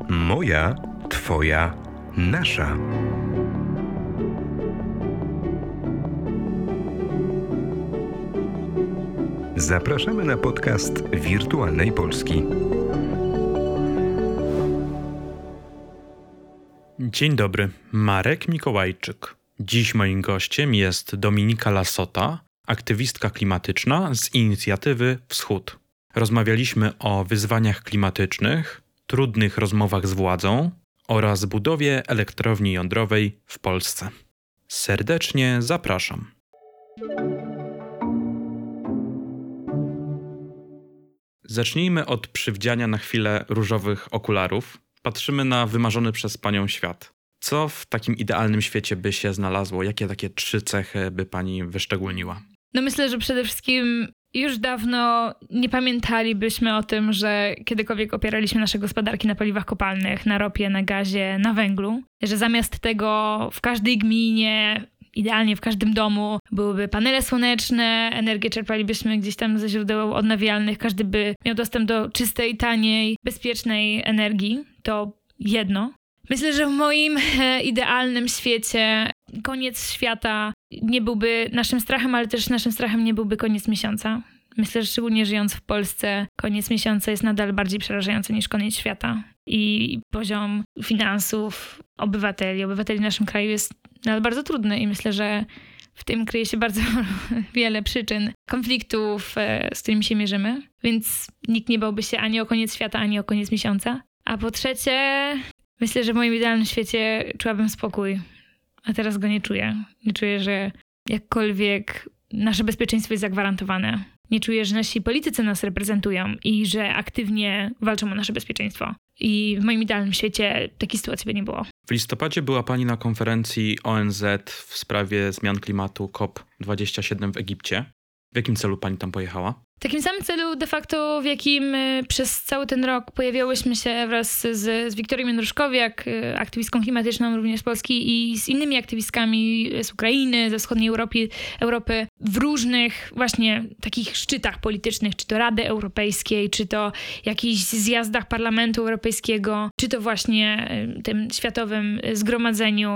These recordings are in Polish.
Moja, twoja, nasza. Zapraszamy na podcast Wirtualnej Polski. Dzień dobry, Marek Mikołajczyk. Dziś moim gościem jest Dominika Lassota, aktywistka klimatyczna z inicjatywy Wschód. Rozmawialiśmy o wyzwaniach klimatycznych, trudnych rozmowach z władzą oraz budowie elektrowni jądrowej w Polsce. Serdecznie zapraszam. Zacznijmy od przywdziania na chwilę różowych okularów. Patrzymy na wymarzony przez panią świat. Co w takim idealnym świecie by się znalazło? Jakie takie 3 cechy by pani wyszczególniła? No myślę, że przede wszystkim już dawno nie pamiętalibyśmy o tym, że kiedykolwiek opieraliśmy nasze gospodarki na paliwach kopalnych, na ropie, na gazie, na węglu. Że zamiast tego w każdej gminie, idealnie w każdym domu byłyby panele słoneczne, energię czerpalibyśmy gdzieś tam ze źródeł odnawialnych, każdy by miał dostęp do czystej, taniej, bezpiecznej energii. To jedno. Myślę, że w moim idealnym świecie koniec świata nie byłby naszym strachem, ale też naszym strachem nie byłby koniec miesiąca. Myślę, że szczególnie żyjąc w Polsce, koniec miesiąca jest nadal bardziej przerażający niż koniec świata. I poziom finansów obywateli w naszym kraju jest nadal bardzo trudny i myślę, że w tym kryje się bardzo wiele przyczyn konfliktów, z którymi się mierzymy. Więc nikt nie bałby się ani o koniec świata, ani o koniec miesiąca. A po trzecie, myślę, że w moim idealnym świecie czułabym spokój, a teraz go nie czuję. Nie czuję, że jakkolwiek nasze bezpieczeństwo jest zagwarantowane. Nie czuję, że nasi politycy nas reprezentują i że aktywnie walczą o nasze bezpieczeństwo. I w moim idealnym świecie takiej sytuacji by nie było. W listopadzie była pani na konferencji ONZ w sprawie zmian klimatu COP27 w Egipcie. W jakim celu pani tam pojechała? W takim samym celu de facto, w jakim przez cały ten rok pojawiałyśmy się wraz z Wiktorią Jędruszkowiak, aktywistką klimatyczną również z Polski i z innymi aktywistkami z Ukrainy, ze wschodniej Europy w różnych właśnie takich szczytach politycznych, czy to Rady Europejskiej, czy to jakichś zjazdach Parlamentu Europejskiego, czy to właśnie tym światowym zgromadzeniu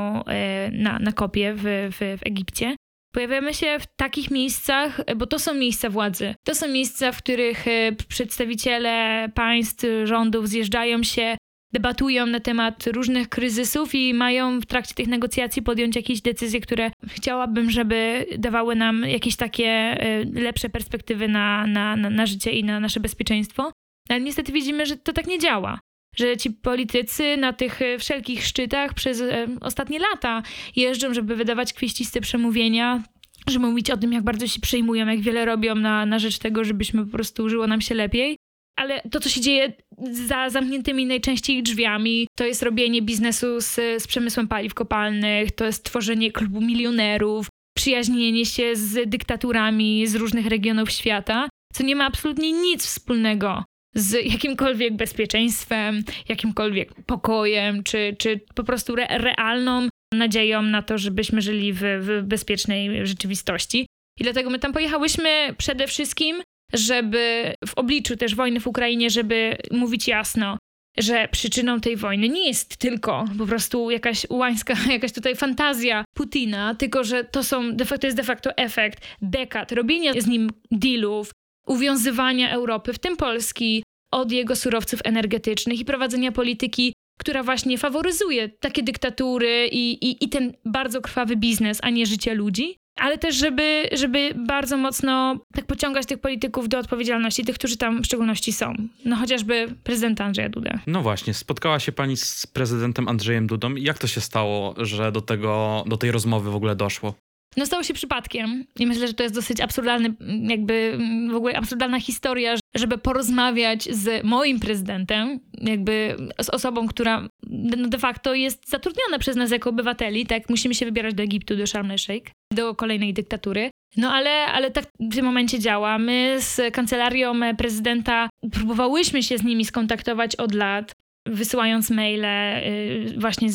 na COP-ie w Egipcie. Pojawiamy się w takich miejscach, bo to są miejsca władzy. To są miejsca, w których przedstawiciele państw, rządów zjeżdżają się, debatują na temat różnych kryzysów i mają w trakcie tych negocjacji podjąć jakieś decyzje, które chciałabym, żeby dawały nam jakieś takie lepsze perspektywy na życie i na nasze bezpieczeństwo. Ale niestety widzimy, że to tak nie działa. Że ci politycy na tych wszelkich szczytach przez ostatnie lata jeżdżą, żeby wydawać kwieściste przemówienia, żeby mówić o tym, jak bardzo się przejmują, jak wiele robią na rzecz tego, żebyśmy po prostu żyło nam się lepiej. Ale to, co się dzieje za zamkniętymi najczęściej drzwiami, to jest robienie biznesu z przemysłem paliw kopalnych, to jest tworzenie klubu milionerów, przyjaźnienie się z dyktaturami z różnych regionów świata, co nie ma absolutnie nic wspólnego z jakimkolwiek bezpieczeństwem, jakimkolwiek pokojem, czy po prostu realną nadzieją na to, żebyśmy żyli w bezpiecznej rzeczywistości. I dlatego my tam pojechałyśmy przede wszystkim, żeby w obliczu też wojny w Ukrainie, żeby mówić jasno, że przyczyną tej wojny nie jest tylko po prostu jakaś ułańska, jakaś tutaj fantazja Putina, tylko że to jest de facto efekt dekad robienia z nim dealów, uwiązywania Europy, w tym Polski, od jego surowców energetycznych i prowadzenia polityki, która właśnie faworyzuje takie dyktatury i ten bardzo krwawy biznes, a nie życie ludzi, ale też żeby bardzo mocno tak pociągać tych polityków do odpowiedzialności, tych, którzy tam w szczególności są. No chociażby prezydenta Andrzeja Dudę. No właśnie, spotkała się pani z prezydentem Andrzejem Dudą. Jak to się stało, że do tej rozmowy w ogóle doszło? No stało się przypadkiem i myślę, że to jest dosyć absurdalny, jakby w ogóle absurdalna historia, żeby porozmawiać z moim prezydentem, jakby z osobą, która no de facto jest zatrudniona przez nas jako obywateli, tak musimy się wybierać do Egiptu, do Sharm el-Sheikh, do kolejnej dyktatury. No ale tak w tym momencie działa. My z kancelarią prezydenta próbowałyśmy się z nimi skontaktować od lat, wysyłając maile właśnie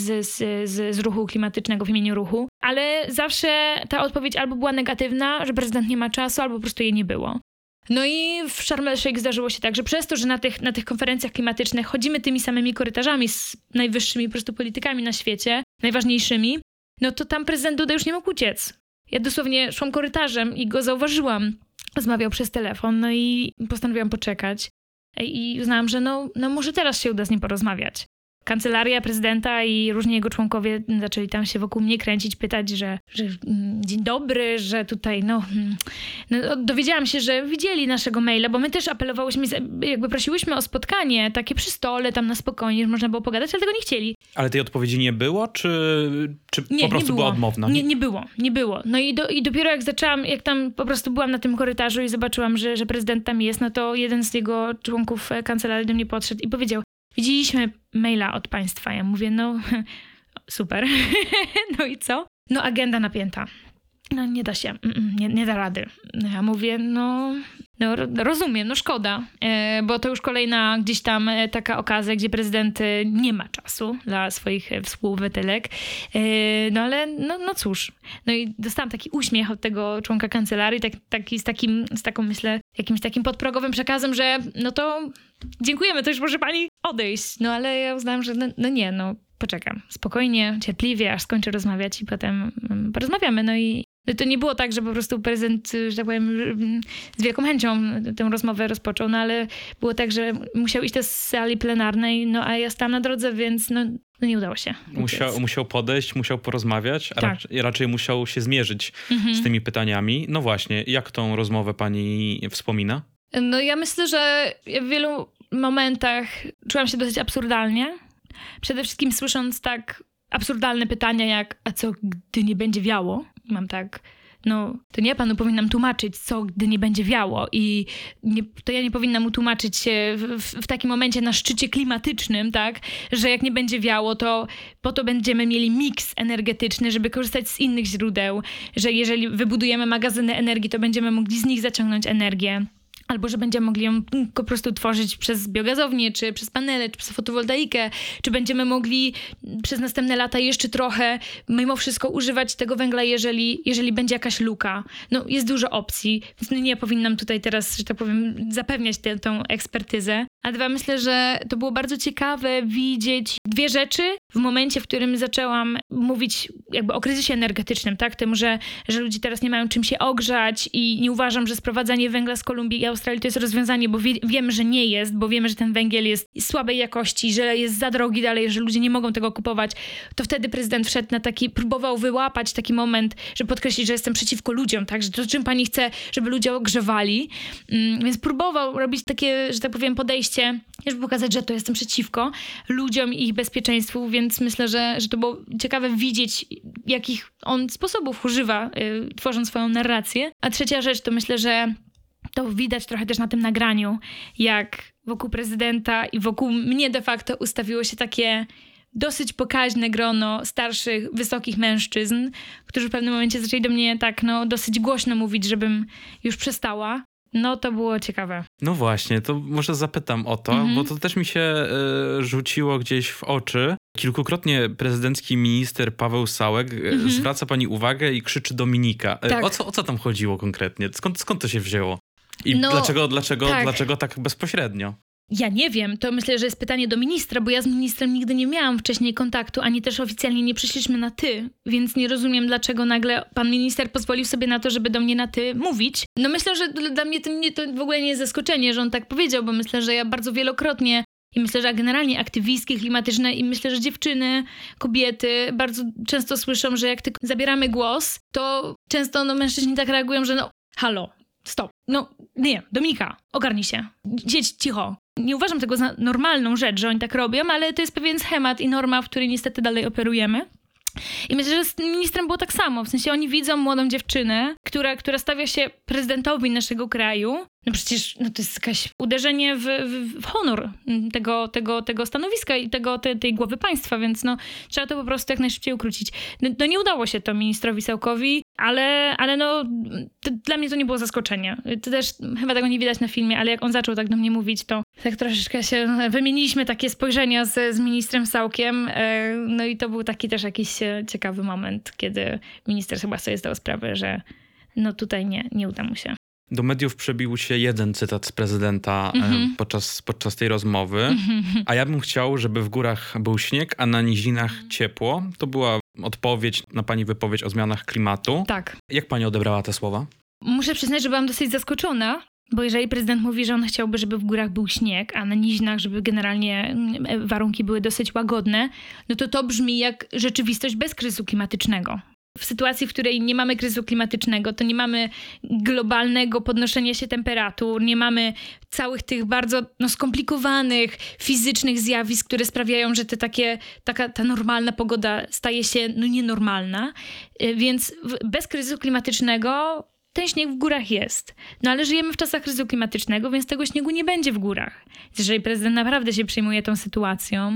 z ruchu klimatycznego w imieniu ruchu, ale zawsze ta odpowiedź albo była negatywna, że prezydent nie ma czasu, albo po prostu jej nie było. No i w Sharm el-Sheikh zdarzyło się tak, że przez to, że na tych konferencjach klimatycznych chodzimy tymi samymi korytarzami z najwyższymi po prostu politykami na świecie, najważniejszymi, no to tam prezydent Duda już nie mógł uciec. Ja dosłownie szłam korytarzem i go zauważyłam. Rozmawiał przez telefon, no i postanowiłam poczekać. I uznałam, że no może teraz się uda z nim porozmawiać. Kancelaria prezydenta i różni jego członkowie zaczęli tam się wokół mnie kręcić, pytać, że dzień dobry, że tutaj dowiedziałam się, że widzieli naszego maila, bo my też apelowałyśmy, jakby prosiłyśmy o spotkanie takie przy stole, tam na spokojnie, że można było pogadać, ale tego nie chcieli. Ale tej odpowiedzi nie było, czy Nie, po prostu nie była odmowna? Nie było. No i dopiero jak zaczęłam, jak tam po prostu byłam na tym korytarzu i zobaczyłam, że prezydent tam jest, no to jeden z jego członków kancelarii do mnie podszedł i powiedział: widzieliśmy maila od państwa. Ja mówię, no super. No i co? No agenda napięta. No nie da się, nie da rady. Ja mówię, no rozumiem, no szkoda, bo to już kolejna gdzieś tam taka okazja, gdzie prezydent nie ma czasu dla swoich współobywatelek. No ale no cóż. No i dostałam taki uśmiech od tego członka kancelarii, z taką myślę, jakimś takim podprogowym przekazem, że no to dziękujemy, to już może pani odejść. No ale ja uznałam, że poczekam. Spokojnie, cierpliwie, aż skończę rozmawiać i potem porozmawiamy. No i to nie było tak, że po prostu prezydent, że tak powiem, z wielką chęcią tę rozmowę rozpoczął, no ale było tak, że musiał iść do sali plenarnej, no a ja stałam na drodze, więc nie udało się. Musiał podejść, musiał porozmawiać, a tak. raczej musiał się zmierzyć z tymi pytaniami. No właśnie, jak tą rozmowę pani wspomina? No ja myślę, że w wielu momentach czułam się dosyć absurdalnie. Przede wszystkim słysząc tak absurdalne pytania jak: a co, gdy nie będzie wiało? Mam tak, to nie ja panu powinnam tłumaczyć, co gdy nie będzie wiało, i to ja nie powinnam mu tłumaczyć się w takim momencie na szczycie klimatycznym, tak, że jak nie będzie wiało, to po to będziemy mieli miks energetyczny, żeby korzystać z innych źródeł, że jeżeli wybudujemy magazyny energii, to będziemy mogli z nich zaciągnąć energię. Albo że będziemy mogli ją po prostu tworzyć przez biogazownię, czy przez panele, czy przez fotowoltaikę, czy będziemy mogli przez następne lata jeszcze trochę mimo wszystko używać tego węgla, jeżeli będzie jakaś luka. No jest dużo opcji, więc nie powinnam tutaj teraz, że tak powiem, zapewniać tę ekspertyzę. A dwa, myślę, że to było bardzo ciekawe widzieć dwie rzeczy w momencie, w którym zaczęłam mówić jakby o kryzysie energetycznym, tak? Tym, że ludzie teraz nie mają czym się ogrzać i nie uważam, że sprowadzanie węgla z Kolumbii i Australii to jest rozwiązanie, bo wiemy, że nie jest, bo wiemy, że ten węgiel jest słabej jakości, że jest za drogi dalej, że ludzie nie mogą tego kupować. To wtedy prezydent wszedł na próbował wyłapać taki moment, żeby podkreślić, że jestem przeciwko ludziom, tak? Że to, czym pani chce, żeby ludzie ogrzewali. Więc próbował robić takie, że tak powiem, podejście, żeby pokazać, że to jestem przeciwko ludziom i ich bezpieczeństwu, więc myślę, że to było ciekawe widzieć, jakich on sposobów używa, tworząc swoją narrację. A trzecia rzecz, to myślę, że to widać trochę też na tym nagraniu, jak wokół prezydenta i wokół mnie de facto ustawiło się takie dosyć pokaźne grono starszych, wysokich mężczyzn, którzy w pewnym momencie zaczęli do mnie tak dosyć głośno mówić, żebym już przestała. No to było ciekawe. No właśnie, to może zapytam o to, bo to też mi się rzuciło gdzieś w oczy. Kilkukrotnie prezydencki minister Paweł Sałek zwraca pani uwagę i krzyczy Dominika. Tak. O co tam chodziło konkretnie? Skąd to się wzięło? I dlaczego tak bezpośrednio? Ja nie wiem, to myślę, że jest pytanie do ministra, bo ja z ministrem nigdy nie miałam wcześniej kontaktu, ani też oficjalnie nie przyszliśmy na ty, więc nie rozumiem, dlaczego nagle pan minister pozwolił sobie na to, żeby do mnie na ty mówić. No myślę, że dla mnie to w ogóle nie jest zaskoczenie, że on tak powiedział, bo myślę, że ja bardzo wielokrotnie i myślę, że generalnie aktywistki klimatyczne i myślę, że dziewczyny, kobiety bardzo często słyszą, że jak tylko zabieramy głos, to często mężczyźni tak reagują, że halo, stop, nie, Dominika, ogarnij się, siedź cicho. Nie uważam tego za normalną rzecz, że oni tak robią, ale to jest pewien schemat i norma, w której niestety dalej operujemy. I myślę, że z ministrem było tak samo. W sensie oni widzą młodą dziewczynę, która stawia się prezydentowi naszego kraju. No przecież to jest jakieś uderzenie w honor tego stanowiska i tej głowy państwa, więc trzeba to po prostu jak najszybciej ukrócić. No nie udało się to ministrowi Sałkowi, ale dla mnie to nie było zaskoczenie. To też chyba tego nie widać na filmie, ale jak on zaczął tak do mnie mówić, to tak troszeczkę się wymieniliśmy takie spojrzenia z ministrem Sałkiem. No i to był taki też jakiś ciekawy moment, kiedy minister chyba sobie zdał sprawę, że tutaj nie uda mu się. Do mediów przebił się jeden cytat z prezydenta podczas tej rozmowy, a ja bym chciał, żeby w górach był śnieg, a na nizinach ciepło. To była odpowiedź na pani wypowiedź o zmianach klimatu. Tak. Jak pani odebrała te słowa? Muszę przyznać, że byłam dosyć zaskoczona, bo jeżeli prezydent mówi, że on chciałby, żeby w górach był śnieg, a na nizinach, żeby generalnie warunki były dosyć łagodne, no to brzmi jak rzeczywistość bez kryzysu klimatycznego. W sytuacji, w której nie mamy kryzysu klimatycznego, to nie mamy globalnego podnoszenia się temperatur, nie mamy całych tych bardzo skomplikowanych fizycznych zjawisk, które sprawiają, że ta normalna pogoda staje się nienormalna. Więc bez kryzysu klimatycznego ten śnieg w górach jest. No ale żyjemy w czasach kryzysu klimatycznego, więc tego śniegu nie będzie w górach. Jeżeli prezydent naprawdę się przejmuje tą sytuacją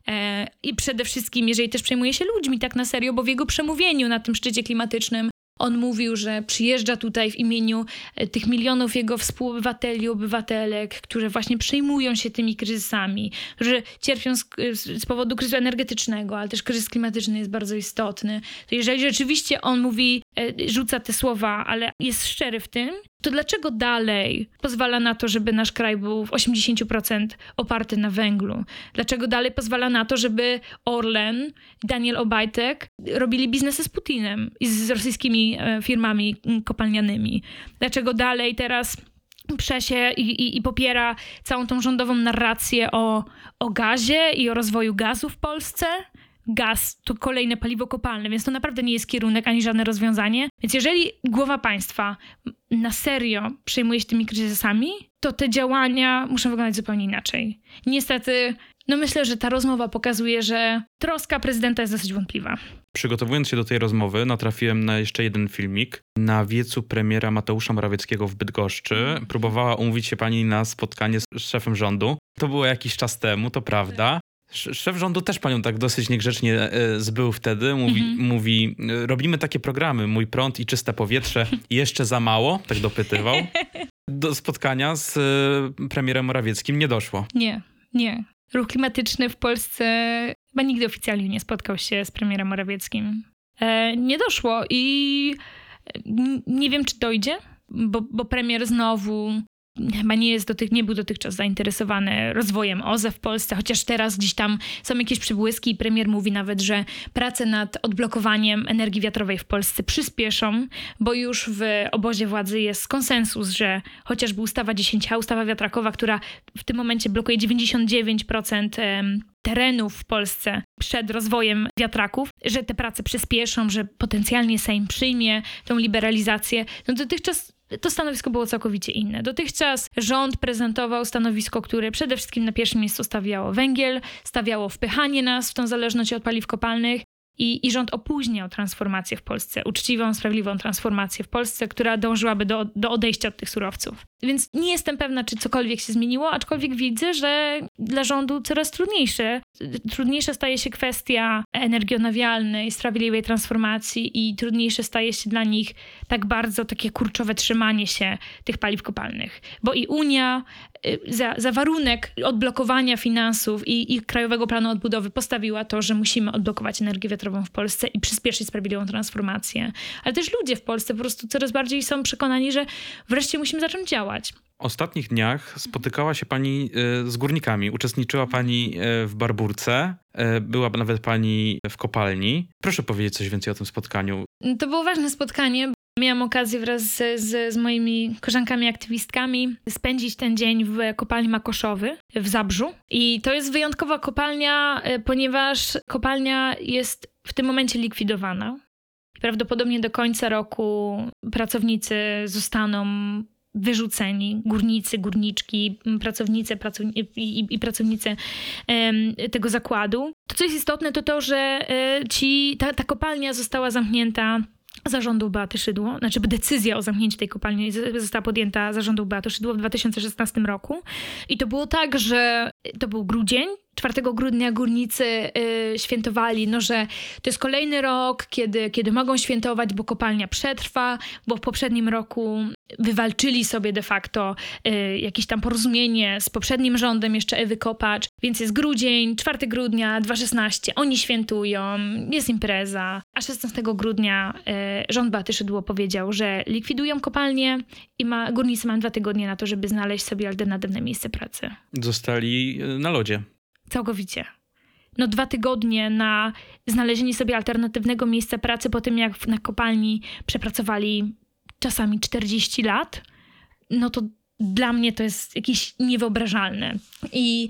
i przede wszystkim, jeżeli też przejmuje się ludźmi tak na serio, bo w jego przemówieniu na tym szczycie klimatycznym on mówił, że przyjeżdża tutaj w imieniu tych milionów jego współobywateli, obywatelek, którzy właśnie przejmują się tymi kryzysami, którzy cierpią z powodu kryzysu energetycznego, ale też kryzys klimatyczny jest bardzo istotny. To jeżeli rzeczywiście on mówi, rzuca te słowa, ale jest szczery w tym, to dlaczego dalej pozwala na to, żeby nasz kraj był w 80% oparty na węglu? Dlaczego dalej pozwala na to, żeby Orlen, Daniel Obajtek robili biznesy z Putinem i z rosyjskimi firmami kopalnianymi? Dlaczego dalej teraz przesie i popiera całą tą rządową narrację o gazie i o rozwoju gazu w Polsce? Gaz to kolejne paliwo kopalne, więc to naprawdę nie jest kierunek ani żadne rozwiązanie. Więc jeżeli głowa państwa na serio przejmuje się tymi kryzysami, to te działania muszą wyglądać zupełnie inaczej. Niestety, myślę, że ta rozmowa pokazuje, że troska prezydenta jest dosyć wątpliwa. Przygotowując się do tej rozmowy, natrafiłem na jeszcze jeden filmik. Na wiecu premiera Mateusza Morawieckiego w Bydgoszczy próbowała umówić się pani na spotkanie z szefem rządu. To było jakiś czas temu, to prawda. Szef rządu też panią tak dosyć niegrzecznie zbył wtedy. Mówi, robimy takie programy, Mój prąd i czyste powietrze, jeszcze za mało, tak dopytywał. Do spotkania z premierem Morawieckim nie doszło. Nie. Ruch klimatyczny w Polsce chyba nigdy oficjalnie nie spotkał się z premierem Morawieckim. Nie doszło i nie wiem, czy dojdzie, bo premier znowu chyba nie był dotychczas zainteresowany rozwojem OZE w Polsce, chociaż teraz gdzieś tam są jakieś przybłyski i premier mówi nawet, że prace nad odblokowaniem energii wiatrowej w Polsce przyspieszą, bo już w obozie władzy jest konsensus, że chociażby ustawa 10H, ustawa wiatrakowa, która w tym momencie blokuje 99% terenów w Polsce przed rozwojem wiatraków, że te prace przyspieszą, że potencjalnie Sejm przyjmie tą liberalizację. Dotychczas to stanowisko było całkowicie inne. Dotychczas rząd prezentował stanowisko, które przede wszystkim na pierwszym miejscu stawiało węgiel, stawiało wpychanie nas w tą zależność od paliw kopalnych i rząd opóźniał transformację w Polsce, uczciwą, sprawiedliwą transformację w Polsce, która dążyłaby do odejścia od tych surowców. Więc nie jestem pewna, czy cokolwiek się zmieniło, aczkolwiek widzę, że dla rządu coraz trudniejsza staje się kwestia energii odnawialnej, sprawiedliwej transformacji i trudniejsze staje się dla nich tak bardzo takie kurczowe trzymanie się tych paliw kopalnych. Bo i Unia za warunek odblokowania finansów i Krajowego Planu Odbudowy postawiła to, że musimy odblokować energię wiatrową w Polsce i przyspieszyć sprawiedliwą transformację. Ale też ludzie w Polsce po prostu coraz bardziej są przekonani, że wreszcie musimy zacząć działać. W ostatnich dniach spotykała się pani z górnikami. Uczestniczyła pani w Barbórce, była nawet pani w kopalni. Proszę powiedzieć coś więcej o tym spotkaniu. To było ważne spotkanie. Miałam okazję wraz z moimi koleżankami aktywistkami spędzić ten dzień w kopalni Makoszowy w Zabrzu. I to jest wyjątkowa kopalnia, ponieważ kopalnia jest w tym momencie likwidowana. Prawdopodobnie do końca roku pracownicy zostaną wyrzuceni, górnicy, górniczki, pracownicy tego zakładu. To, co jest istotne, to to, że ta kopalnia została zamknięta za rządów Beaty Szydło, decyzja o zamknięciu tej kopalni została podjęta za rządów Beaty Szydło w 2016 roku. I to było tak, że to był grudzień, 4 grudnia górnicy świętowali, no, że to jest kolejny rok, kiedy mogą świętować, bo kopalnia przetrwa, bo w poprzednim roku wywalczyli sobie de facto jakieś tam porozumienie z poprzednim rządem jeszcze Ewy Kopacz, więc jest grudzień, 4 grudnia, 2016, oni świętują, jest impreza, a 16 grudnia rząd Beaty Szydło powiedział, że likwidują kopalnię i górnicy mają 2 tygodnie na to, żeby znaleźć sobie alternatywne miejsce pracy. Zostali na lodzie. Całkowicie. No 2 tygodnie na znalezienie sobie alternatywnego miejsca pracy po tym, jak na kopalni przepracowali czasami 40 lat, no to dla mnie to jest jakieś niewyobrażalne. I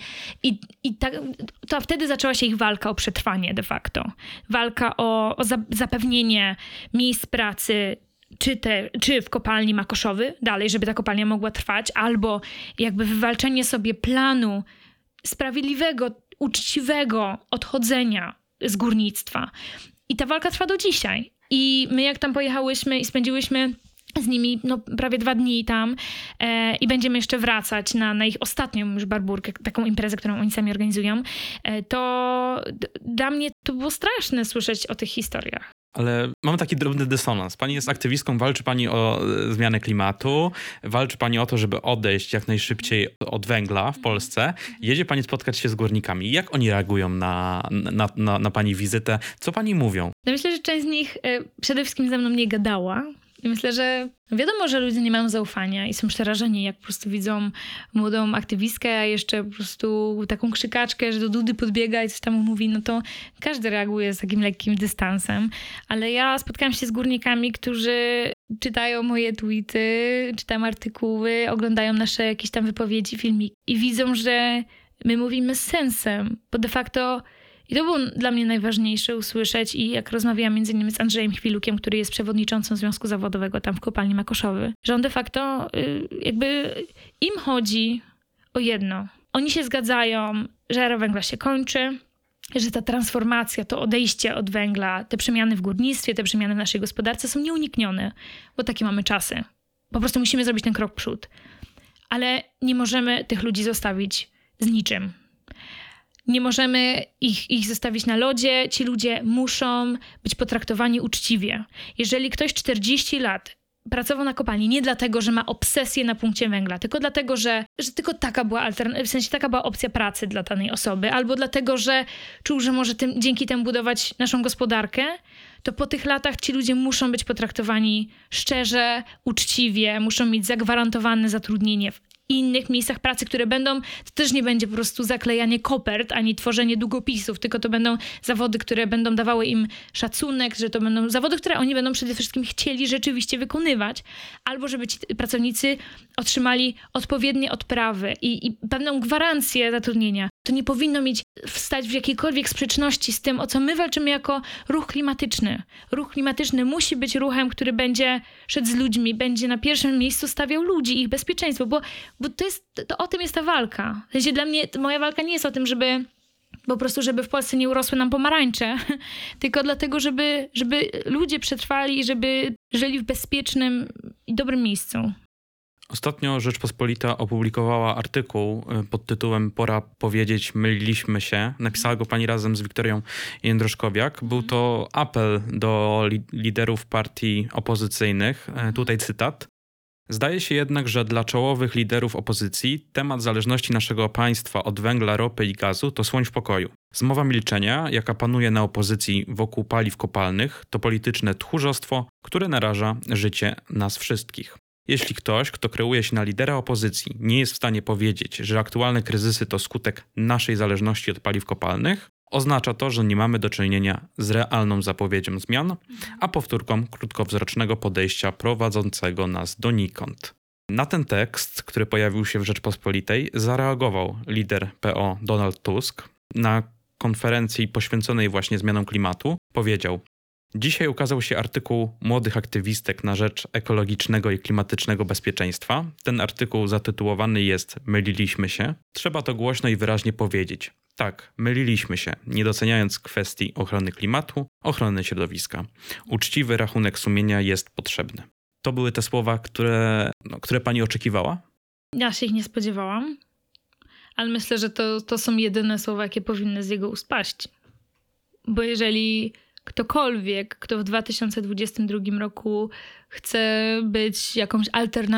to wtedy zaczęła się ich walka o przetrwanie de facto. Walka o zapewnienie miejsc pracy czy w kopalni Makoszowy dalej, żeby ta kopalnia mogła trwać, albo jakby wywalczenie sobie planu sprawiedliwego, uczciwego odchodzenia z górnictwa. I ta walka trwa do dzisiaj. I my jak tam pojechałyśmy i spędziłyśmy z nimi prawie 2 dni tam i będziemy jeszcze wracać na ich ostatnią już barburkę, taką imprezę, którą oni sami organizują, to dla mnie to było straszne słyszeć o tych historiach. Ale mam taki drobny dysonans. Pani jest aktywistką, walczy pani o zmianę klimatu, walczy pani o to, żeby odejść jak najszybciej od węgla w Polsce. Jedzie pani spotkać się z górnikami. Jak oni reagują na pani wizytę? Co pani mówią? No myślę, że część z nich przede wszystkim ze mną nie gadała. I myślę, że wiadomo, że ludzie nie mają zaufania i są przerażeni, jak po prostu widzą młodą aktywistkę, a jeszcze po prostu taką krzykaczkę, że do Dudy podbiega i coś tam mówi, no to każdy reaguje z takim lekkim dystansem. Ale ja spotkałam się z górnikami, którzy czytają moje tweety, czytają artykuły, oglądają nasze jakieś tam wypowiedzi, filmiki i widzą, że my mówimy z sensem, bo de facto i to było dla mnie najważniejsze usłyszeć i jak rozmawiałam między innymi z Andrzejem Chwilukiem, który jest przewodniczącym Związku Zawodowego tam w kopalni Makoszowy, że on de facto jakby im chodzi o jedno. Oni się zgadzają, że era węgla się kończy, że ta transformacja, to odejście od węgla, te przemiany w górnictwie, te przemiany w naszej gospodarce są nieuniknione, bo takie mamy czasy. Po prostu musimy zrobić ten krok w przód. Ale nie możemy tych ludzi zostawić z niczym. Nie możemy ich zostawić na lodzie. Ci ludzie muszą być potraktowani uczciwie. Jeżeli ktoś 40 lat pracował na kopalni nie dlatego, że ma obsesję na punkcie węgla, tylko dlatego, że tylko taka była w sensie taka była opcja pracy dla danej osoby, albo dlatego, że czuł, że może dzięki temu budować naszą gospodarkę, to po tych latach ci ludzie muszą być potraktowani szczerze, uczciwie, muszą mieć zagwarantowane zatrudnienie w innych miejscach pracy, które będą, to też nie będzie po prostu zaklejanie kopert, ani tworzenie długopisów, tylko to będą zawody, które będą dawały im szacunek, że to będą zawody, które oni będą przede wszystkim chcieli rzeczywiście wykonywać, albo żeby ci pracownicy otrzymali odpowiednie odprawy i pewną gwarancję zatrudnienia. To nie powinno wstać w jakiejkolwiek sprzeczności z tym, o co my walczymy jako ruch klimatyczny. Ruch klimatyczny musi być ruchem, który będzie szedł z ludźmi, będzie na pierwszym miejscu stawiał ludzi, ich bezpieczeństwo, bo to o tym jest ta walka. W sensie dla mnie moja walka nie jest o tym, żeby po prostu, żeby w Polsce nie urosły nam pomarańcze, tylko dlatego, żeby ludzie przetrwali i żeby żyli w bezpiecznym i dobrym miejscu. Ostatnio Rzeczpospolita opublikowała artykuł pod tytułem Pora powiedzieć, myliliśmy się. Napisała go pani razem z Wiktorią Jędroszkowiak. Był to apel do liderów partii opozycyjnych. Tutaj cytat. Zdaje się jednak, że dla czołowych liderów opozycji temat zależności naszego państwa od węgla, ropy i gazu to słoń w pokoju. Zmowa milczenia, jaka panuje na opozycji wokół paliw kopalnych, to polityczne tchórzostwo, które naraża życie nas wszystkich. Jeśli ktoś, kto kreuje się na lidera opozycji, nie jest w stanie powiedzieć, że aktualne kryzysy to skutek naszej zależności od paliw kopalnych, oznacza to, że nie mamy do czynienia z realną zapowiedzią zmian, a powtórką krótkowzrocznego podejścia prowadzącego nas donikąd. Na ten tekst, który pojawił się w Rzeczpospolitej, zareagował lider PO Donald Tusk. Na konferencji poświęconej właśnie zmianom klimatu powiedział: dzisiaj ukazał się artykuł młodych aktywistek na rzecz ekologicznego i klimatycznego bezpieczeństwa. Ten artykuł zatytułowany jest Myliliśmy się. Trzeba to głośno i wyraźnie powiedzieć. Tak, myliliśmy się, nie doceniając kwestii ochrony klimatu, ochrony środowiska. Uczciwy rachunek sumienia jest potrzebny. To były te słowa, które pani oczekiwała? Ja się ich nie spodziewałam, ale myślę, że to są jedyne słowa, jakie powinny z jego ust paść. Bo jeżeli ktokolwiek, kto w 2022 roku chce być jakąś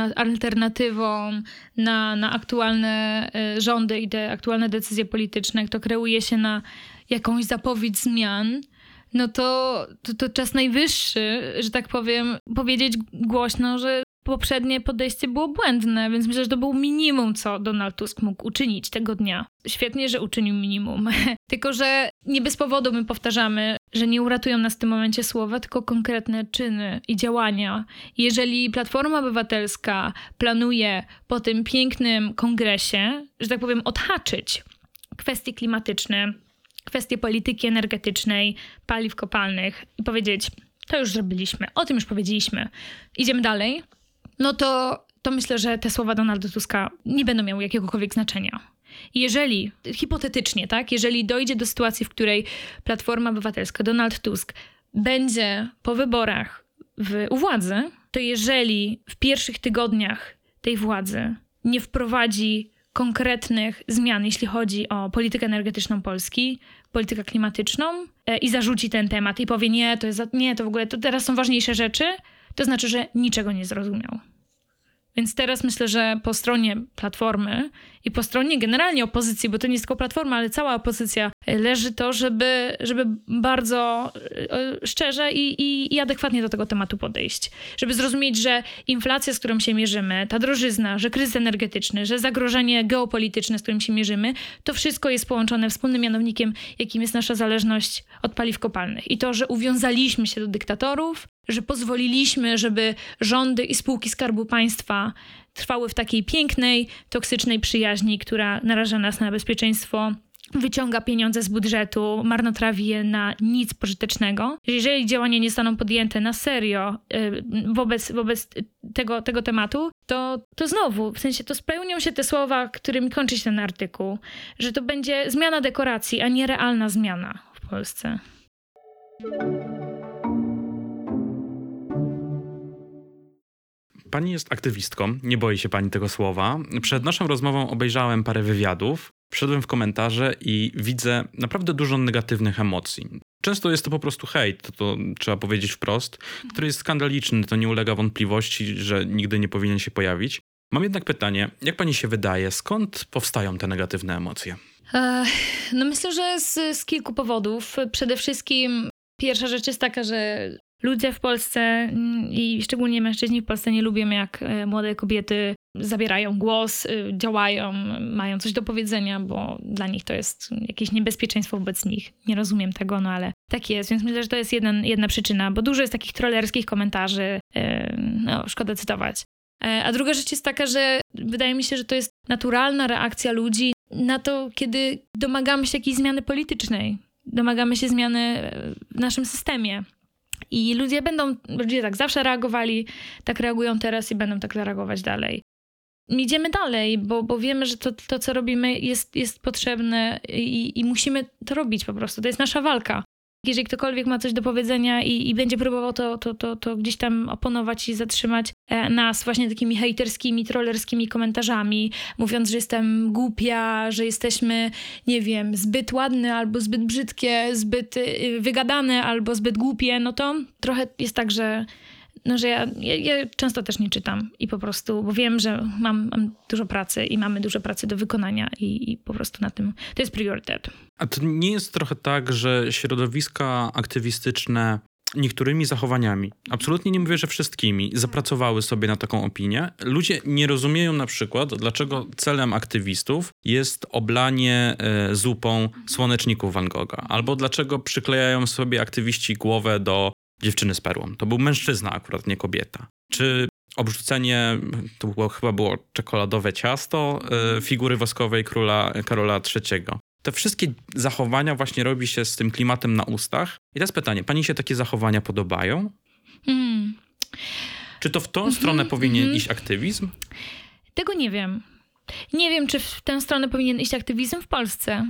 alternatywą na aktualne rządy i te aktualne decyzje polityczne, kto kreuje się na jakąś zapowiedź zmian, no to czas najwyższy, że tak powiem, powiedzieć głośno, że poprzednie podejście było błędne, więc myślę, że to było minimum, co Donald Tusk mógł uczynić tego dnia. Świetnie, że uczynił minimum. Tylko że nie bez powodu my powtarzamy, że nie uratują nas w tym momencie słowa, tylko konkretne czyny i działania. Jeżeli Platforma Obywatelska planuje po tym pięknym kongresie, że tak powiem, odhaczyć kwestie klimatyczne, kwestie polityki energetycznej, paliw kopalnych i powiedzieć, to już zrobiliśmy, o tym już powiedzieliśmy, idziemy dalej, no to myślę, że te słowa Donalda Tuska nie będą miały jakiegokolwiek znaczenia. Jeżeli, hipotetycznie, tak, jeżeli dojdzie do sytuacji, w której Platforma Obywatelska, Donald Tusk będzie po wyborach u władzy, to jeżeli w pierwszych tygodniach tej władzy nie wprowadzi konkretnych zmian, jeśli chodzi o politykę energetyczną Polski, politykę klimatyczną i zarzuci ten temat i powie to w ogóle to teraz są ważniejsze rzeczy, to znaczy, że niczego nie zrozumiał. Więc teraz myślę, że po stronie Platformy i po stronie generalnie opozycji, bo to nie jest tylko Platforma, ale cała opozycja, leży to, żeby bardzo szczerze i adekwatnie do tego tematu podejść. Żeby zrozumieć, że inflacja, z którą się mierzymy, ta drożyzna, że kryzys energetyczny, że zagrożenie geopolityczne, z którym się mierzymy, to wszystko jest połączone wspólnym mianownikiem, jakim jest nasza zależność od paliw kopalnych. I to, że uwiązaliśmy się do dyktatorów, że pozwoliliśmy, żeby rządy i spółki Skarbu Państwa trwały w takiej pięknej, toksycznej przyjaźni, która naraża nas na bezpieczeństwo, wyciąga pieniądze z budżetu, marnotrawi je na nic pożytecznego. Jeżeli działania nie zostaną podjęte na serio wobec tego tematu, to znowu, w sensie to spełnią się te słowa, którymi kończy się ten artykuł, że to będzie zmiana dekoracji, a nie realna zmiana w Polsce. Pani jest aktywistką, nie boi się pani tego słowa. Przed naszą rozmową obejrzałem parę wywiadów, wszedłem w komentarze i widzę naprawdę dużo negatywnych emocji. Często jest to po prostu hejt, to trzeba powiedzieć wprost, który jest skandaliczny, to nie ulega wątpliwości, że nigdy nie powinien się pojawić. Mam jednak pytanie, jak pani się wydaje, skąd powstają te negatywne emocje? No myślę, że z kilku powodów. Przede wszystkim pierwsza rzecz jest taka, że ludzie w Polsce i szczególnie mężczyźni w Polsce nie lubią, jak młode kobiety zabierają głos, działają, mają coś do powiedzenia, bo dla nich to jest jakieś niebezpieczeństwo wobec nich. Nie rozumiem tego, no ale tak jest. Więc myślę, że to jest jedna przyczyna, bo dużo jest takich trollerskich komentarzy, szkoda cytować. A druga rzecz jest taka, że wydaje mi się, że to jest naturalna reakcja ludzi na to, kiedy domagamy się jakiejś zmiany politycznej. Domagamy się zmiany w naszym systemie. I ludzie tak zawsze reagowali, tak reagują teraz i będą tak reagować dalej. Idziemy dalej, bo wiemy, że to co robimy jest potrzebne i musimy to robić po prostu. To jest nasza walka. Jeżeli ktokolwiek ma coś do powiedzenia i będzie próbował to gdzieś tam oponować i zatrzymać nas właśnie takimi hejterskimi, trollerskimi komentarzami, mówiąc, że jestem głupia, że jesteśmy, nie wiem, zbyt ładne albo zbyt brzydkie, zbyt wygadane albo zbyt głupie, no to trochę jest tak, że ja często też nie czytam i po prostu, bo wiem, że mam dużo pracy i mamy dużo pracy do wykonania i po prostu na tym to jest priorytet. A to nie jest trochę tak, że środowiska aktywistyczne niektórymi zachowaniami, absolutnie nie mówię, że wszystkimi, zapracowały sobie na taką opinię. Ludzie nie rozumieją na przykład, dlaczego celem aktywistów jest oblanie zupą słoneczników Van Gogha, albo dlaczego przyklejają sobie aktywiści głowę do dziewczyny z perłą. To był mężczyzna akurat, nie kobieta. Czy obrzucenie, chyba było czekoladowe ciasto, figury woskowej króla Karola III. Te wszystkie zachowania właśnie robi się z tym klimatem na ustach. I teraz pytanie, pani się takie zachowania podobają? Czy to w tą stronę powinien iść aktywizm? Tego nie wiem. Nie wiem, czy w tę stronę powinien iść aktywizm w Polsce.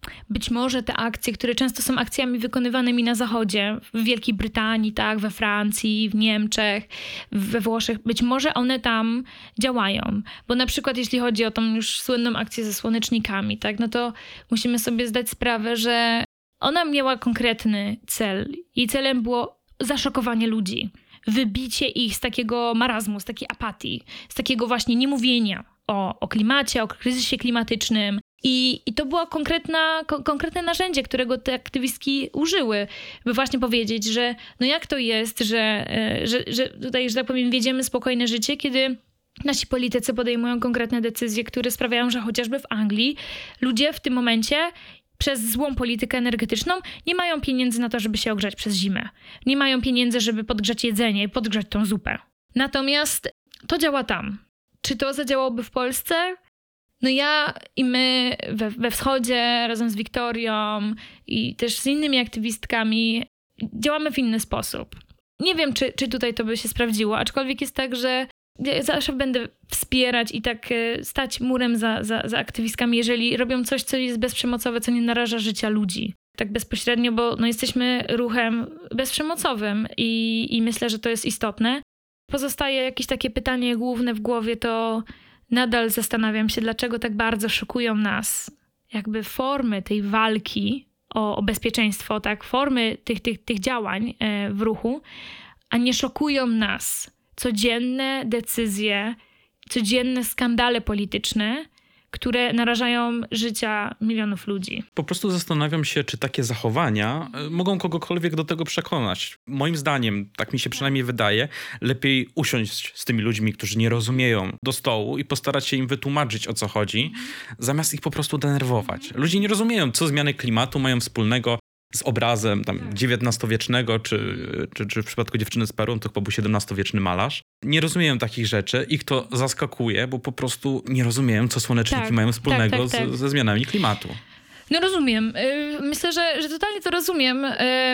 być może te akcje, które często są akcjami wykonywanymi na Zachodzie, w Wielkiej Brytanii, tak, we Francji, w Niemczech, we Włoszech, być może one tam działają. Bo na przykład jeśli chodzi o tą już słynną akcję ze słonecznikami, tak, no to musimy sobie zdać sprawę, że ona miała konkretny cel. Jej celem było zaszokowanie ludzi. Wybicie ich z takiego marazmu, z takiej apatii, z takiego właśnie niemówienia o klimacie, o kryzysie klimatycznym. I to było konkretne narzędzie, którego te aktywistki użyły, by właśnie powiedzieć, że no jak to jest, że tutaj, że tak powiem, wiedziemy spokojne życie, kiedy nasi politycy podejmują konkretne decyzje, które sprawiają, że chociażby w Anglii ludzie w tym momencie przez złą politykę energetyczną nie mają pieniędzy na to, żeby się ogrzać przez zimę. Nie mają pieniędzy, żeby podgrzać jedzenie i podgrzać tą zupę. Natomiast to działa tam. Czy to zadziałałoby w Polsce? No ja i my we Wschodzie razem z Wiktorią i też z innymi aktywistkami działamy w inny sposób. Nie wiem, czy tutaj to by się sprawdziło, aczkolwiek jest tak, że ja zawsze będę wspierać i tak stać murem za aktywistkami, jeżeli robią coś, co jest bezprzemocowe, co nie naraża życia ludzi. Tak bezpośrednio, bo no jesteśmy ruchem bezprzemocowym i myślę, że to jest istotne. Pozostaje jakieś takie pytanie główne w głowie, to nadal zastanawiam się, dlaczego tak bardzo szokują nas jakby formy tej walki o bezpieczeństwo, tak, formy tych działań w ruchu, a nie szokują nas codzienne decyzje, codzienne skandale polityczne, które narażają życia milionów ludzi. Po prostu zastanawiam się, czy takie zachowania mogą kogokolwiek do tego przekonać. Moim zdaniem, tak mi się przynajmniej wydaje, lepiej usiąść z tymi ludźmi, którzy nie rozumieją, do stołu i postarać się im wytłumaczyć, o co chodzi, zamiast ich po prostu denerwować. Ludzie nie rozumieją, co zmiany klimatu mają wspólnego z obrazem tam XIX-wiecznego, czy w przypadku Dziewczyny z Peru, to chyba był XVII-wieczny malarz. Nie rozumieją takich rzeczy, ich to zaskakuje, bo po prostu nie rozumieją, co słoneczniki mają wspólnego ze zmianami klimatu. No rozumiem. Myślę, że totalnie to rozumiem,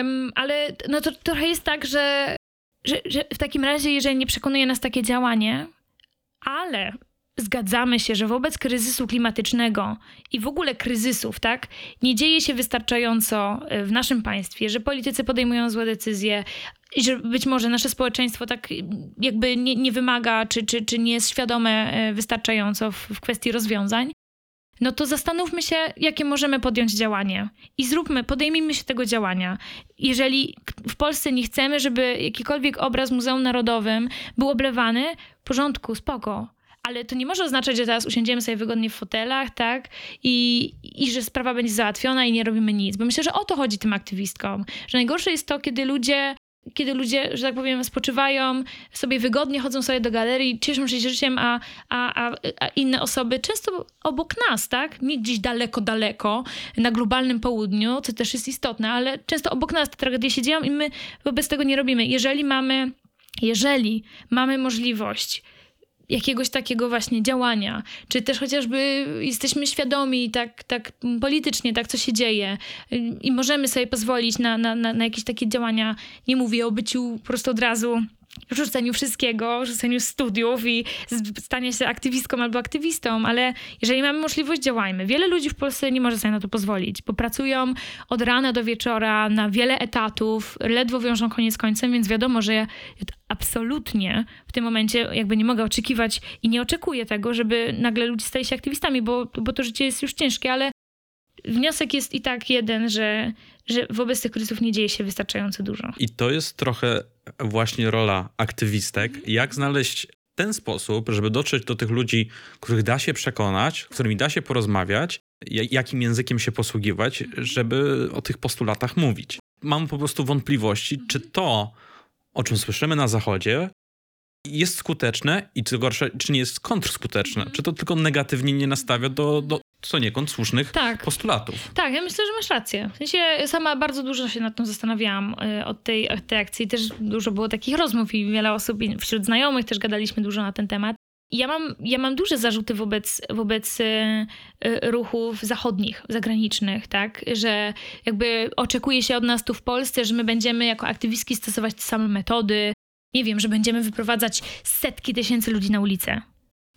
ale no to trochę jest tak, że w takim razie, jeżeli nie przekonuje nas takie działanie, ale zgadzamy się, że wobec kryzysu klimatycznego i w ogóle kryzysów, tak, nie dzieje się wystarczająco w naszym państwie, że politycy podejmują złe decyzje i że być może nasze społeczeństwo tak jakby nie wymaga, czy nie jest świadome wystarczająco w kwestii rozwiązań, no to zastanówmy się, jakie możemy podjąć działanie i podejmijmy się tego działania. Jeżeli w Polsce nie chcemy, żeby jakikolwiek obraz w Muzeum Narodowym był oblewany, w porządku, spoko. Ale to nie może oznaczać, że teraz usiądziemy sobie wygodnie w fotelach, tak? I że sprawa będzie załatwiona i nie robimy nic. Bo myślę, że o to chodzi tym aktywistkom. Że najgorsze jest to, kiedy ludzie, że tak powiem, spoczywają sobie wygodnie, chodzą sobie do galerii, cieszą się życiem, a inne osoby często obok nas, tak? Nie gdzieś daleko, na globalnym południu, co też jest istotne, ale często obok nas te tragedie się dzieją i my wobec tego nie robimy. Jeżeli mamy możliwość jakiegoś takiego właśnie działania, czy też chociażby jesteśmy świadomi tak politycznie, tak co się dzieje i możemy sobie pozwolić na jakieś takie działania, nie mówię o byciu po prostu od razu rzuceniu wszystkiego, rzuceniu studiów i stanie się aktywistką albo aktywistą, ale jeżeli mamy możliwość, działajmy. Wiele ludzi w Polsce nie może sobie na to pozwolić, bo pracują od rana do wieczora na wiele etatów, ledwo wiążą koniec z końcem, więc wiadomo, że ja absolutnie w tym momencie jakby nie mogę oczekiwać i nie oczekuję tego, żeby nagle ludzie stali się aktywistami, bo to życie jest już ciężkie, ale wniosek jest i tak jeden, że wobec tych kryzysów nie dzieje się wystarczająco dużo. I to jest trochę właśnie rola aktywistek. Jak znaleźć ten sposób, żeby dotrzeć do tych ludzi, których da się przekonać, z którymi da się porozmawiać, jakim językiem się posługiwać, żeby o tych postulatach mówić. Mam po prostu wątpliwości, czy to, o czym słyszymy na Zachodzie, jest skuteczne i co gorsze, czy nie jest kontrskuteczne. Czy to tylko negatywnie nie nastawia do poniekąd słusznych postulatów. Tak, ja myślę, że masz rację. W sensie sama bardzo dużo się nad tym zastanawiałam od tej akcji. Też dużo było takich rozmów i wiele osób wśród znajomych też gadaliśmy dużo na ten temat. Ja mam duże zarzuty wobec ruchów zachodnich, zagranicznych, tak? Że jakby oczekuje się od nas tu w Polsce, że my będziemy jako aktywistki stosować te same metody. Nie wiem, że będziemy wyprowadzać setki tysięcy ludzi na ulicę.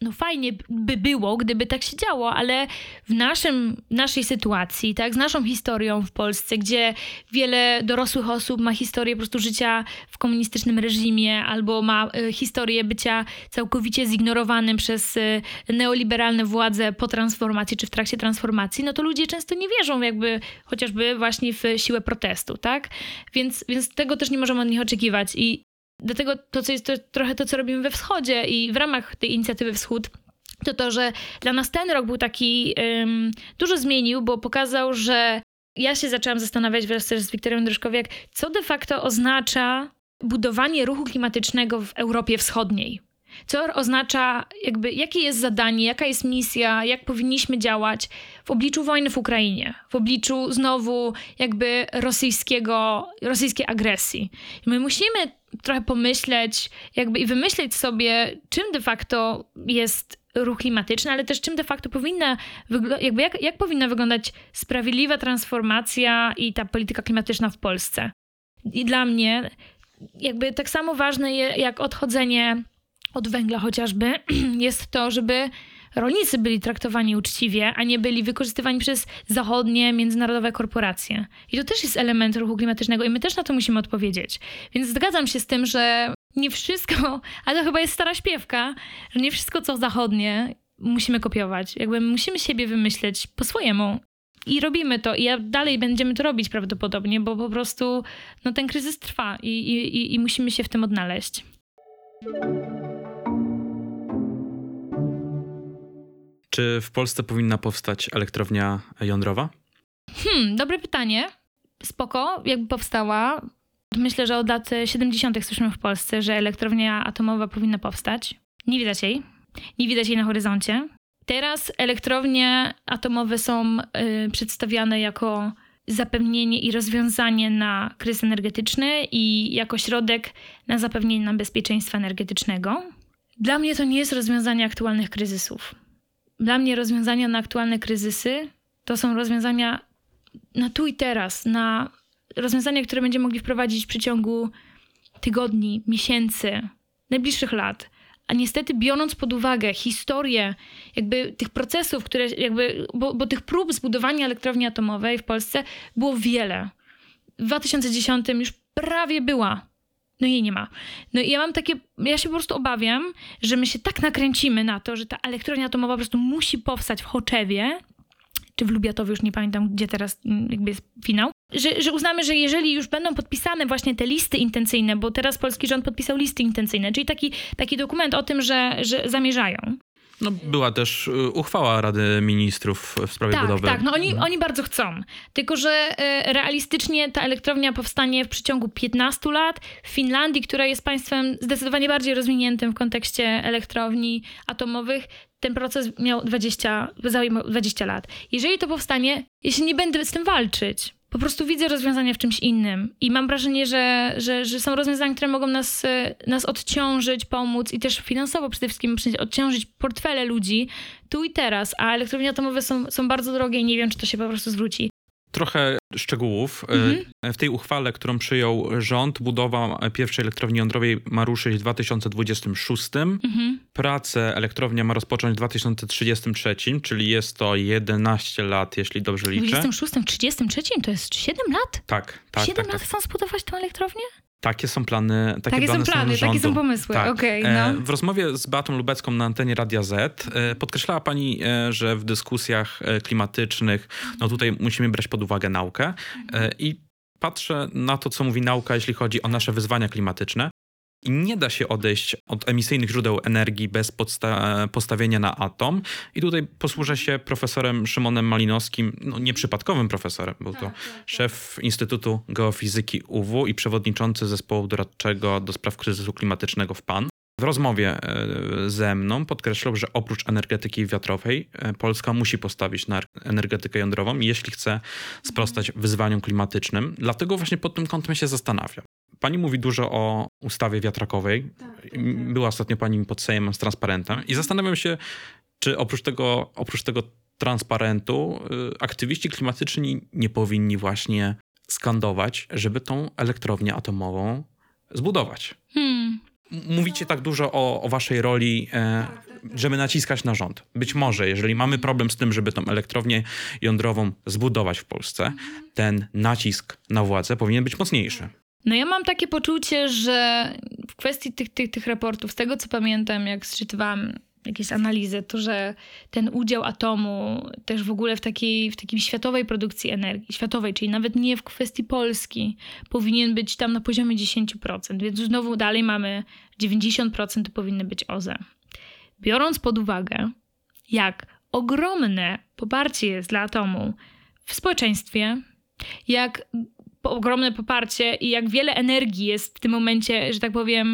no fajnie by było, gdyby tak się działo, ale w naszej sytuacji, tak, z naszą historią w Polsce, gdzie wiele dorosłych osób ma historię po prostu życia w komunistycznym reżimie albo ma historię bycia całkowicie zignorowanym przez neoliberalne władze po transformacji czy w trakcie transformacji, no to ludzie często nie wierzą jakby chociażby właśnie w siłę protestu, tak? Więc tego też nie możemy od nich oczekiwać i dlatego to, trochę to, co robimy we Wschodzie i w ramach tej inicjatywy Wschód, to, że dla nas ten rok był taki, dużo zmienił, bo pokazał, że ja się zaczęłam zastanawiać wraz też z Wiktorią Dryszkowiak, co de facto oznacza budowanie ruchu klimatycznego w Europie Wschodniej. Co oznacza, jakby, jakie jest zadanie, jaka jest misja, jak powinniśmy działać w obliczu wojny w Ukrainie, w obliczu znowu jakby rosyjskiej agresji. I my musimy trochę pomyśleć jakby i wymyśleć sobie, czym de facto jest ruch klimatyczny, ale też czym de facto jak powinna wyglądać sprawiedliwa transformacja i ta polityka klimatyczna w Polsce. I dla mnie jakby tak samo ważne jak odchodzenie od węgla chociażby, jest to, żeby rolnicy byli traktowani uczciwie, a nie byli wykorzystywani przez zachodnie, międzynarodowe korporacje. I to też jest element ruchu klimatycznego i my też na to musimy odpowiedzieć. Więc zgadzam się z tym, że nie wszystko, ale to chyba jest stara śpiewka, że nie wszystko, co zachodnie, musimy kopiować. Jakby musimy siebie wymyśleć po swojemu. I robimy to. I dalej będziemy to robić prawdopodobnie, bo po prostu no, ten kryzys trwa i musimy się w tym odnaleźć. Czy w Polsce powinna powstać elektrownia jądrowa? Dobre pytanie. Spoko, jakby powstała. Myślę, że od lat 70. słyszymy w Polsce, że elektrownia atomowa powinna powstać. Nie widać jej. Nie widać jej na horyzoncie. Teraz elektrownie atomowe są przedstawiane jako zapewnienie i rozwiązanie na kryzys energetyczny i jako środek na zapewnienie nam bezpieczeństwa energetycznego. Dla mnie to nie jest rozwiązanie aktualnych kryzysów. Dla mnie rozwiązania na aktualne kryzysy to są rozwiązania na tu i teraz, na rozwiązania, które będziemy mogli wprowadzić w przeciągu tygodni, miesięcy, najbliższych lat. A niestety biorąc pod uwagę historię jakby tych procesów, które jakby, bo tych prób zbudowania elektrowni atomowej w Polsce było wiele. W 2010 już prawie była. No jej nie ma. No i ja się po prostu obawiam, że my się tak nakręcimy na to, że ta elektrownia atomowa po prostu musi powstać w Choczewie, czy w Lubiatowie, już nie pamiętam, gdzie teraz jakby jest finał, że uznamy, że jeżeli już będą podpisane właśnie te listy intencyjne, bo teraz polski rząd podpisał listy intencyjne, czyli taki dokument o tym, że zamierzają. No, była też uchwała Rady Ministrów w sprawie budowy. Tak, no oni bardzo chcą. Tylko że realistycznie ta elektrownia powstanie w przeciągu 15 lat. W Finlandii, która jest państwem zdecydowanie bardziej rozwiniętym w kontekście elektrowni atomowych, ten proces zajął 20 lat. Jeżeli to powstanie, ja się nie będę z tym walczyć. Po prostu widzę rozwiązania w czymś innym i mam wrażenie, że są rozwiązania, które mogą nas odciążyć, pomóc i też finansowo przede wszystkim odciążyć portfele ludzi tu i teraz, a elektrownie atomowe są bardzo drogie i nie wiem, czy to się po prostu zwróci. Trochę szczegółów. W tej uchwale, którą przyjął rząd, budowa pierwszej elektrowni jądrowej ma ruszyć w 2026. Pracę elektrownia ma rozpocząć w 2033, czyli jest to 11 lat, jeśli dobrze liczę. W 26, 33 to jest 7 lat? Tak. 7 lat chcą zbudować tę elektrownię? Takie są plany. Takie są plany, takie są pomysły. Tak. Okej, no. W rozmowie z Beatą Lubecką na antenie Radia Z podkreślała pani, że w dyskusjach klimatycznych no tutaj musimy brać pod uwagę naukę i patrzę na to, co mówi nauka, jeśli chodzi o nasze wyzwania klimatyczne. I nie da się odejść od emisyjnych źródeł energii bez postawienia na atom. I tutaj posłużę się profesorem Szymonem Malinowskim, no nieprzypadkowym profesorem, był to szef Instytutu Geofizyki UW i przewodniczący zespołu doradczego do spraw kryzysu klimatycznego w PAN. W rozmowie ze mną podkreślał, że oprócz energetyki wiatrowej Polska musi postawić na energetykę jądrową, jeśli chce sprostać wyzwaniom klimatycznym. Dlatego właśnie pod tym kątem się zastanawiam. Pani mówi dużo o ustawie wiatrakowej. Była ostatnio pani pod Sejmem z transparentem i zastanawiam się, czy oprócz tego transparentu aktywiści klimatyczni nie powinni właśnie skandować, żeby tą elektrownię atomową zbudować. mówicie tak dużo o waszej roli, żeby naciskać na rząd. Być może, jeżeli mamy problem z tym, żeby tą elektrownię jądrową zbudować w Polsce, ten nacisk na władzę powinien być mocniejszy. No ja mam takie poczucie, że w kwestii tych raportów, z tego co pamiętam, jak zczytywałam jakieś analizy, to że ten udział atomu też w ogóle w takiej światowej produkcji energii, światowej, czyli nawet nie w kwestii Polski, powinien być tam na poziomie 10%, więc znowu dalej mamy 90% to powinny być OZE. Biorąc pod uwagę, jak ogromne poparcie jest dla atomu w społeczeństwie, jak ogromne poparcie i jak wiele energii jest w tym momencie, że tak powiem,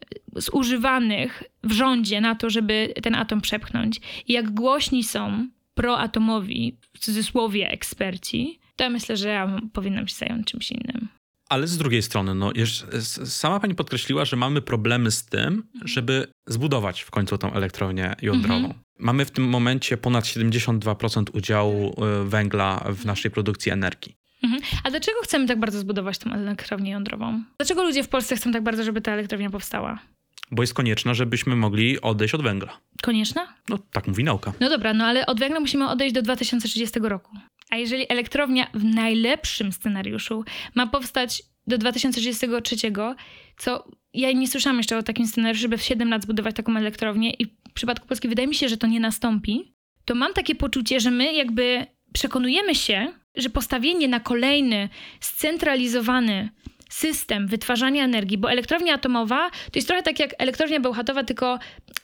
zużywanych w rządzie na to, żeby ten atom przepchnąć i jak głośni są proatomowi, w cudzysłowie, eksperci, to ja myślę, że ja powinnam się zająć czymś innym. Ale z drugiej strony, sama pani podkreśliła, że mamy problemy z tym, żeby zbudować w końcu tą elektrownię jądrową. Mamy w tym momencie ponad 72% udziału węgla w naszej produkcji energii. A dlaczego chcemy tak bardzo zbudować tą elektrownię jądrową? Dlaczego ludzie w Polsce chcą tak bardzo, żeby ta elektrownia powstała? Bo jest konieczna, żebyśmy mogli odejść od węgla. Konieczna? No tak mówi nauka. No dobra, no ale od węgla musimy odejść do 2030 roku. A jeżeli elektrownia w najlepszym scenariuszu ma powstać do 2033, co ja nie słyszałam jeszcze o takim scenariuszu, żeby w 7 lat zbudować taką elektrownię i w przypadku Polski wydaje mi się, że to nie nastąpi, to mam takie poczucie, że my jakby przekonujemy się, że postawienie na kolejny scentralizowany system wytwarzania energii, bo elektrownia atomowa to jest trochę tak jak elektrownia bełchatowa, tylko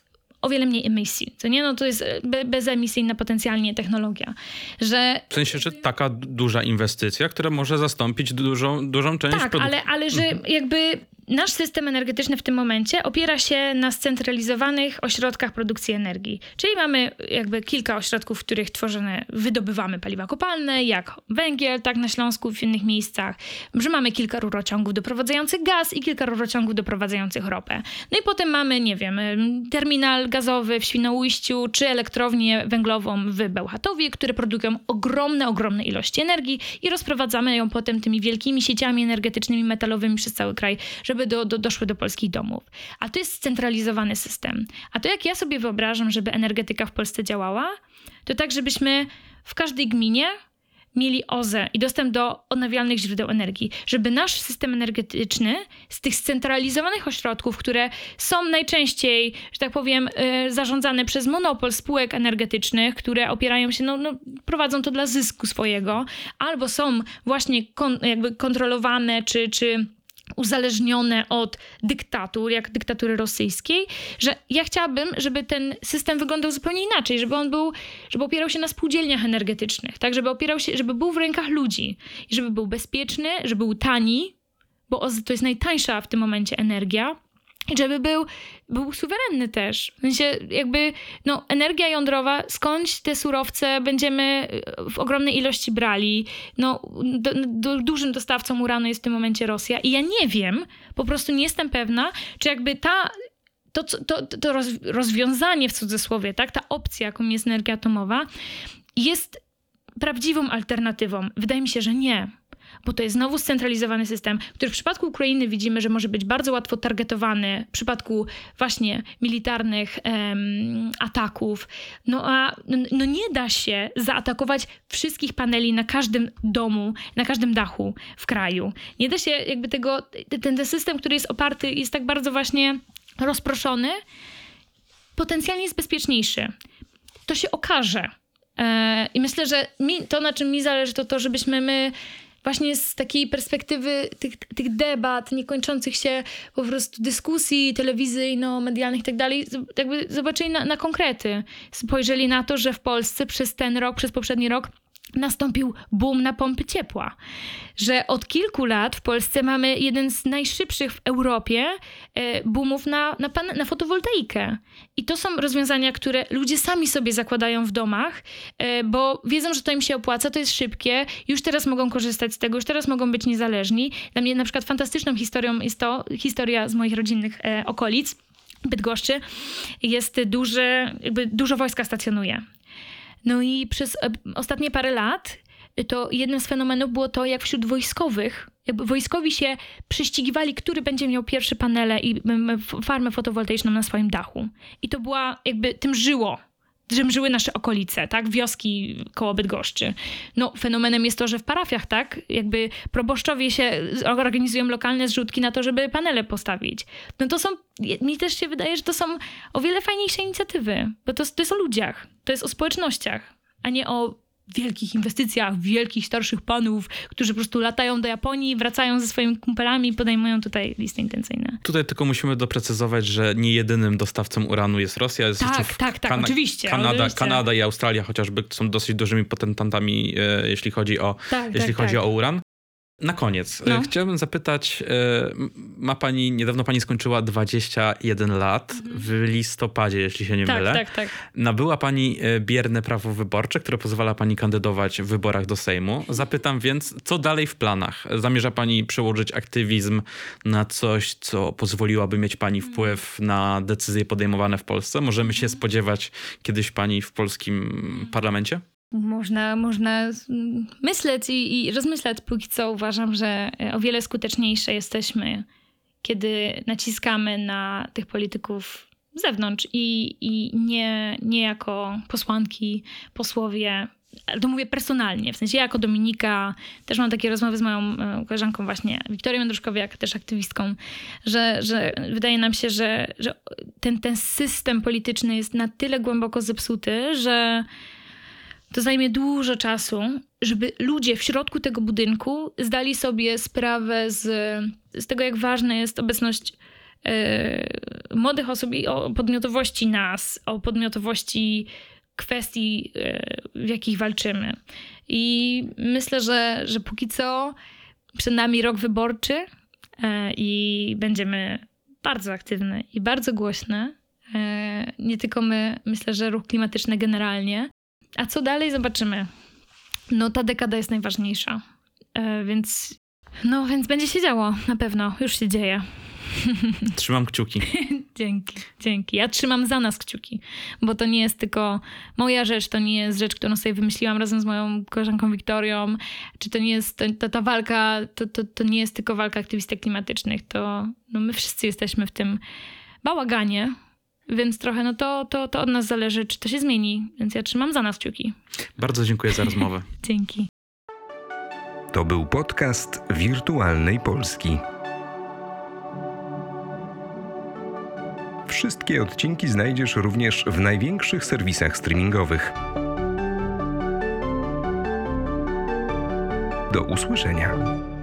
o wiele mniej emisji, co nie? No to jest bezemisyjna potencjalnie technologia, że... W sensie, że taka duża inwestycja, która może zastąpić dużą część tak, produkcji. ale że jakby nasz system energetyczny w tym momencie opiera się na scentralizowanych ośrodkach produkcji energii. Czyli mamy jakby kilka ośrodków, w których wydobywamy paliwa kopalne, jak węgiel, tak na Śląsku, w innych miejscach. Że mamy kilka rurociągów doprowadzających gaz i kilka rurociągów doprowadzających ropę. No i potem mamy, nie wiem, terminal gazowy w Świnoujściu, czy elektrownię węglową w Bełchatowie, które produkują ogromne ilości energii i rozprowadzamy ją potem tymi wielkimi sieciami energetycznymi, metalowymi przez cały kraj, żeby doszły do polskich domów. A to jest scentralizowany system. A to jak ja sobie wyobrażam, żeby energetyka w Polsce działała, to tak, żebyśmy w każdej gminie mieli OZE i dostęp do odnawialnych źródeł energii. Żeby nasz system energetyczny z tych scentralizowanych ośrodków, które są najczęściej, że tak powiem, zarządzane przez monopol spółek energetycznych, które opierają się, prowadzą to dla zysku swojego, albo są właśnie jakby kontrolowane, czy uzależnione od dyktatur, jak dyktatury rosyjskiej, że ja chciałabym, żeby ten system wyglądał zupełnie inaczej, żeby opierał się na spółdzielniach energetycznych, tak, żeby był w rękach ludzi i żeby był bezpieczny, żeby był tani, bo to jest najtańsza w tym momencie energia, i żeby był suwerenny też. W sensie jakby, energia jądrowa, skądś te surowce będziemy w ogromnej ilości brali. Dużym dostawcą uranu jest w tym momencie Rosja i ja nie wiem, po prostu nie jestem pewna, czy jakby to rozwiązanie w cudzysłowie, tak, ta opcja, jaką jest energia atomowa, jest prawdziwą alternatywą. Wydaje mi się, że nie. Bo to jest znowu scentralizowany system, który w przypadku Ukrainy widzimy, że może być bardzo łatwo targetowany w przypadku właśnie militarnych ataków. Nie da się zaatakować wszystkich paneli na każdym domu, na każdym dachu w kraju. Nie da się jakby ten system, który jest oparty, jest tak bardzo właśnie rozproszony, potencjalnie jest bezpieczniejszy. To się okaże. I myślę, że to, na czym mi zależy, to żebyśmy my właśnie z takiej perspektywy tych debat, niekończących się po prostu dyskusji telewizyjno-medialnych i tak dalej, jakby zobaczyli na konkrety. Spojrzeli na to, że w Polsce przez poprzedni rok nastąpił boom na pompy ciepła. Że od kilku lat w Polsce mamy jeden z najszybszych w Europie boomów na fotowoltaikę. I to są rozwiązania, które ludzie sami sobie zakładają w domach, bo wiedzą, że to im się opłaca, to jest szybkie, już teraz mogą korzystać z tego, już teraz mogą być niezależni. Dla mnie na przykład fantastyczną historią jest historia z moich rodzinnych okolic, Bydgoszczy. Jest dużo wojska stacjonuje. No i przez ostatnie parę lat to jednym z fenomenów było to, jak wśród wojskowych jakby wojskowi się prześcigiwali, który będzie miał pierwsze panele i farmę fotowoltaiczną na swoim dachu. I to była jakby, tym żyły nasze okolice, tak? Wioski koło Bydgoszczy. No, fenomenem jest to, że w parafiach, tak? Jakby proboszczowie się organizują lokalne zrzutki na to, żeby panele postawić. No to są, mi też się wydaje, że to są o wiele fajniejsze inicjatywy, bo to jest o ludziach, to jest o społecznościach, a nie o wielkich inwestycjach, wielkich starszych panów, którzy po prostu latają do Japonii, wracają ze swoimi kumpelami i podejmują tutaj listy intencyjne. Tutaj tylko musimy doprecyzować, że nie jedynym dostawcą uranu jest Rosja. Jest jeszcze oczywiście. Kanada i Australia chociażby są dosyć dużymi potentantami, jeśli chodzi o uran. Na koniec chciałbym zapytać, niedawno pani skończyła 21 lat, w listopadzie, jeśli się nie mylę. Tak. Nabyła pani bierne prawo wyborcze, które pozwala pani kandydować w wyborach do Sejmu. Zapytam więc, co dalej w planach? Zamierza pani przełożyć aktywizm na coś, co pozwoliłaby mieć pani wpływ na decyzje podejmowane w Polsce? Możemy się spodziewać kiedyś pani w polskim parlamencie? Można myśleć i rozmyślać. Póki co uważam, że o wiele skuteczniejsze jesteśmy, kiedy naciskamy na tych polityków z zewnątrz i nie jako posłanki, posłowie, ale to mówię personalnie, w sensie ja jako Dominika też mam takie rozmowy z moją koleżanką właśnie Wiktorią Jędruszkowiak, też aktywistką, że wydaje nam się, że ten system polityczny jest na tyle głęboko zepsuty, że to zajmie dużo czasu, żeby ludzie w środku tego budynku zdali sobie sprawę z tego, jak ważna jest obecność młodych osób i o podmiotowości nas, o podmiotowości kwestii, w jakich walczymy. I myślę, że póki co przed nami rok wyborczy i będziemy bardzo aktywne i bardzo głośne. Nie tylko my, myślę, że ruch klimatyczny generalnie. A co dalej? Zobaczymy. No ta dekada jest najważniejsza. Więc będzie się działo. Na pewno. Już się dzieje. Trzymam kciuki. Dzięki. Ja trzymam za nas kciuki. Bo to nie jest tylko moja rzecz. To nie jest rzecz, którą sobie wymyśliłam razem z moją koleżanką Wiktorią. Czy to nie jest ta walka, to nie jest tylko walka aktywistek klimatycznych. To my wszyscy jesteśmy w tym bałaganie. Więc trochę to od nas zależy, czy to się zmieni. Więc ja trzymam za nas kciuki. Bardzo dziękuję za rozmowę. Dzięki. To był podcast Wirtualnej Polski. Wszystkie odcinki znajdziesz również w największych serwisach streamingowych. Do usłyszenia.